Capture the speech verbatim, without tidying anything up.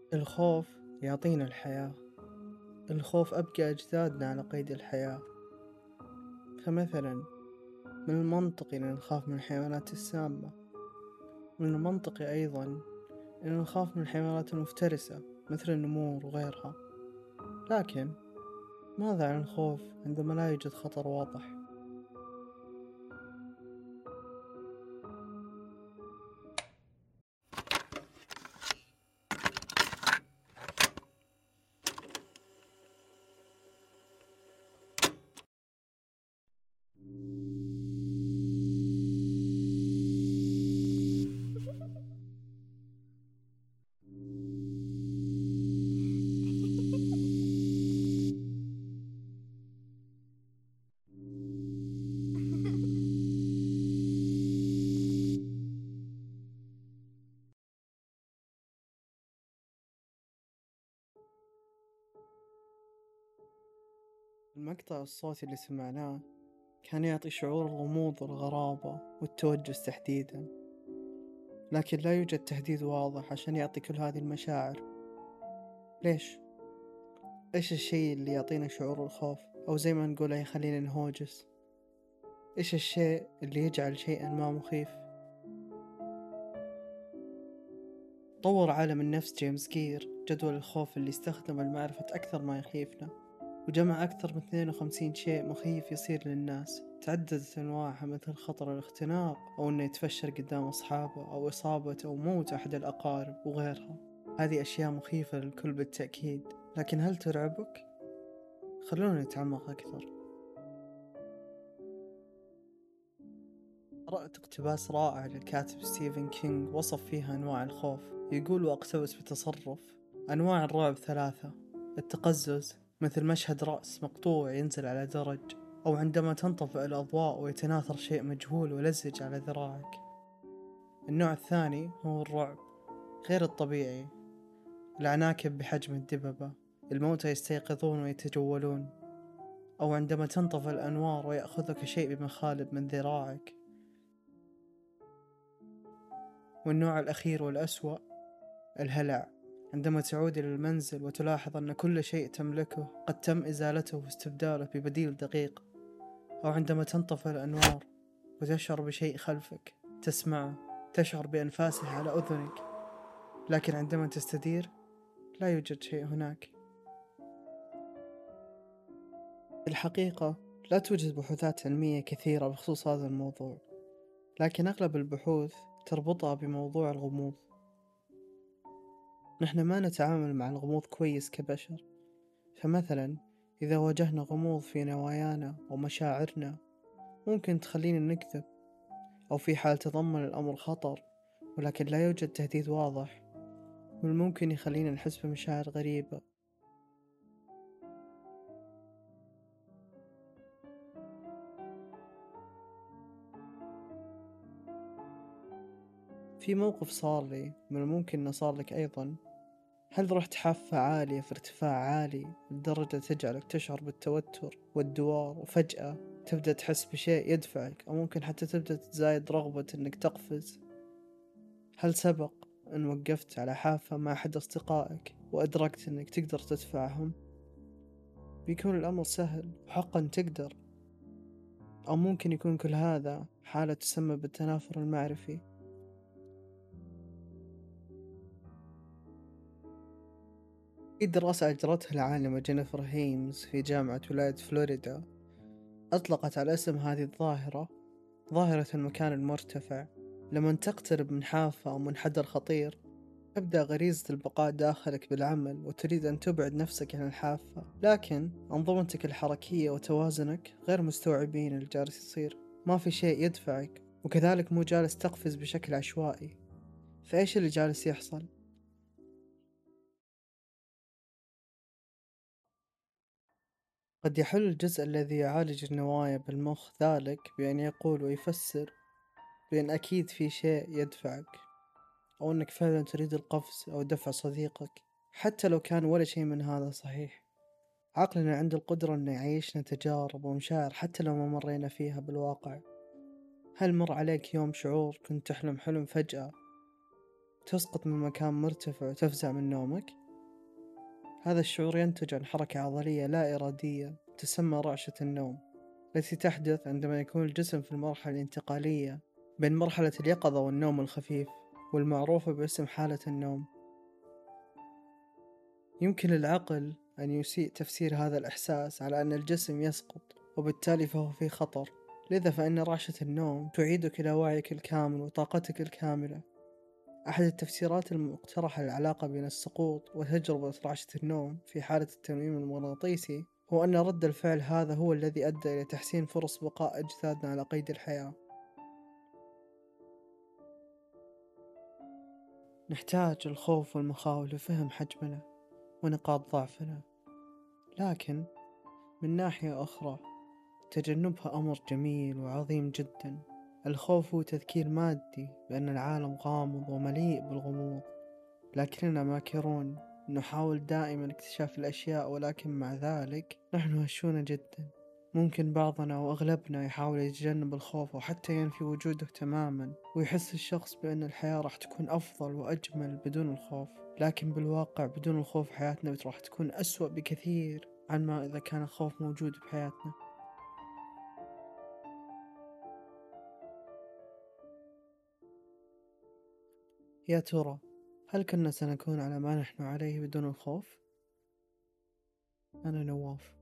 الخوف يعطينا الحياة. الخوف أبقى أجدادنا على قيد الحياة. فمثلا من المنطقي أن نخاف من الحيوانات السامة. من المنطقي أيضا أن نخاف من الحيوانات المفترسة مثل النمور وغيرها. لكن ماذا عن الخوف عندما لا يوجد خطر واضح؟ المقطع الصوتي اللي سمعناه كان يعطي شعور الغموض والغرابة والتوجس تحديدا، لكن لا يوجد تهديد واضح عشان يعطي كل هذه المشاعر. ليش؟ إيش الشيء اللي يعطينا شعور الخوف، أو زي ما نقوله يخلينا نهوجس؟ إيش الشيء اللي يجعل شيئا ما مخيف؟ طور عالم النفس جيمس كير جدول الخوف اللي استخدم لمعرفة أكثر ما يخيفنا، وجمع أكثر من اثنين وخمسين شيء مخيف يصير للناس. تعددت أنواعها مثل خطر الاختناق، أو أنه يتفشر قدام أصحابه، أو إصابة أو موت أحد الأقارب وغيرها. هذه أشياء مخيفة للكل بالتأكيد، لكن هل ترعبك؟ خلونا نتعمق أكثر. قرأت اقتباس رائع للكاتب ستيفن كينغ وصف فيها أنواع الخوف. يقول: وأقتبس بتصرف: أنواع الرعب ثلاثة. التقزز، مثل مشهد رأس مقطوع ينزل على درج، أو عندما تنطفئ الأضواء ويتناثر شيء مجهول ولزج على ذراعك. النوع الثاني هو الرعب غير الطبيعي، العناكب بحجم الدببة، الموتى يستيقظون ويتجولون، أو عندما تنطفئ الأنوار ويأخذك شيء بمخالب من ذراعك. والنوع الأخير والأسوأ الهلع، عندما تعود إلى المنزل وتلاحظ أن كل شيء تملكه قد تم إزالته واستبداله ببديل دقيق، أو عندما تنطفئ الأنوار وتشعر بشيء خلفك تسمعه، تشعر بأنفاسه على أذنك، لكن عندما تستدير لا يوجد شيء هناك. الحقيقة لا توجد بحوثات علمية كثيرة بخصوص هذا الموضوع، لكن أغلب البحوث تربطها بموضوع الغموض. نحن ما نتعامل مع الغموض كويس كبشر. فمثلا إذا واجهنا غموض في نوايانا أو مشاعرنا ممكن تخلينا نكذب، أو في حال تضمن الأمر خطر ولكن لا يوجد تهديد واضح، من ممكن يخلينا نحس بمشاعر غريبة. في موقف صار لي من الممكن أنه صار لك أيضا. هل رحت حافة عالية في ارتفاع عالي لدرجة تجعلك تشعر بالتوتر والدوار، وفجأة تبدأ تحس بشيء يدفعك، أو ممكن حتى تبدأ تتزايد رغبة أنك تقفز؟ هل سبق أن وقفت على حافة مع أحد أصدقائك وأدركت أنك تقدر تدفعهم؟ بيكون الأمر سهل وحقا تقدر. أو ممكن يكون كل هذا حالة تسمى بالتنافر المعرفي. في دراسة أجرتها العالمة جينيفر هيمز في جامعة ولاية فلوريدا أطلقت على اسم هذه الظاهرة ظاهرة المكان المرتفع. لما تقترب من حافة أو منحدر خطير تبدأ غريزة البقاء داخلك بالعمل وتريد أن تبعد نفسك عن الحافة، لكن أنظمتك الحركية وتوازنك غير مستوعبين اللي جالس يصير. ما في شيء يدفعك، وكذلك مو جالس تقفز بشكل عشوائي. فإيش اللي جالس يحصل؟ قد يحل الجزء الذي يعالج النوايا بالمخ ذلك بأن يقول ويفسر بأن أكيد في شيء يدفعك، أو أنك فعلا تريد القفز أو دفع صديقك، حتى لو كان ولا شيء من هذا صحيح. عقلنا عنده القدرة أن يعيشنا تجارب ومشاعر حتى لو ما مرينا فيها بالواقع. هل مر عليك يوم شعور كنت تحلم حلم فجأة تسقط من مكان مرتفع وتفزع من نومك؟ هذا الشعور ينتج عن حركة عضلية لا إرادية تسمى رعشة النوم، التي تحدث عندما يكون الجسم في المرحلة الانتقالية بين مرحلة اليقظة والنوم الخفيف، والمعروفة باسم حالة النوم. يمكن للعقل أن يسيء تفسير هذا الإحساس على أن الجسم يسقط وبالتالي فهو في خطر، لذا فإن رعشة النوم تعيدك إلى وعيك الكامل وطاقتك الكاملة. أحد التفسيرات المقترحة للعلاقة بين السقوط وتجربة رعشة النوم في حالة التنويم المغناطيسي هو أن رد الفعل هذا هو الذي أدى إلى تحسين فرص بقاء أجسادنا على قيد الحياة. نحتاج الخوف والمخاوف لفهم حجمنا ونقاط ضعفنا، لكن من ناحية أخرى تجنبها أمر جميل وعظيم جدا. الخوف هو تذكير مادي بأن العالم غامض ومليء بالغموض، لكننا ماكرون نحاول دائما اكتشاف الأشياء، ولكن مع ذلك نحن هشون جدا. ممكن بعضنا أو أغلبنا يحاول يتجنب الخوف أو حتى ينفي وجوده تماما، ويحس الشخص بأن الحياة راح تكون أفضل وأجمل بدون الخوف، لكن بالواقع بدون الخوف حياتنا راح تكون أسوأ بكثير عن ما إذا كان الخوف موجود بحياتنا. يا ترى هل كنا سنكون على ما نحن عليه بدون الخوف؟ أنا نواف.